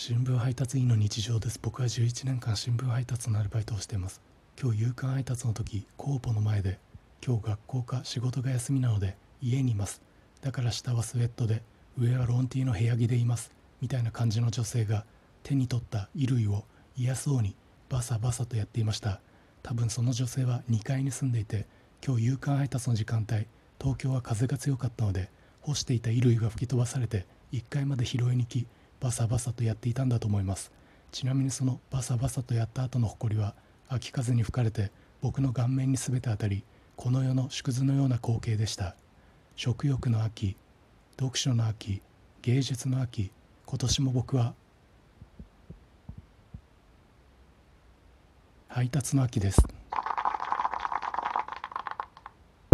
新聞配達員の日常です。僕は11年間新聞配達のアルバイトをしています。今日夕刊配達の時、コーポの前で、今日学校か仕事が休みなので家にいます。だから下はスウェットで、上はロンティーの部屋着でいます。みたいな感じの女性が手に取った衣類を嫌そうにバサバサとやっていました。多分その女性は2階に住んでいて、今日夕刊配達の時間帯、東京は風が強かったので、干していた衣類が吹き飛ばされて1階まで拾いに来、バサバサとやっていたんだと思います。ちなみにそのバサバサとやった後の埃は秋風に吹かれて僕の顔面に全て当たり、この世の縮図のような光景でした。食欲の秋、読書の秋、芸術の秋、今年も僕は配達の秋です。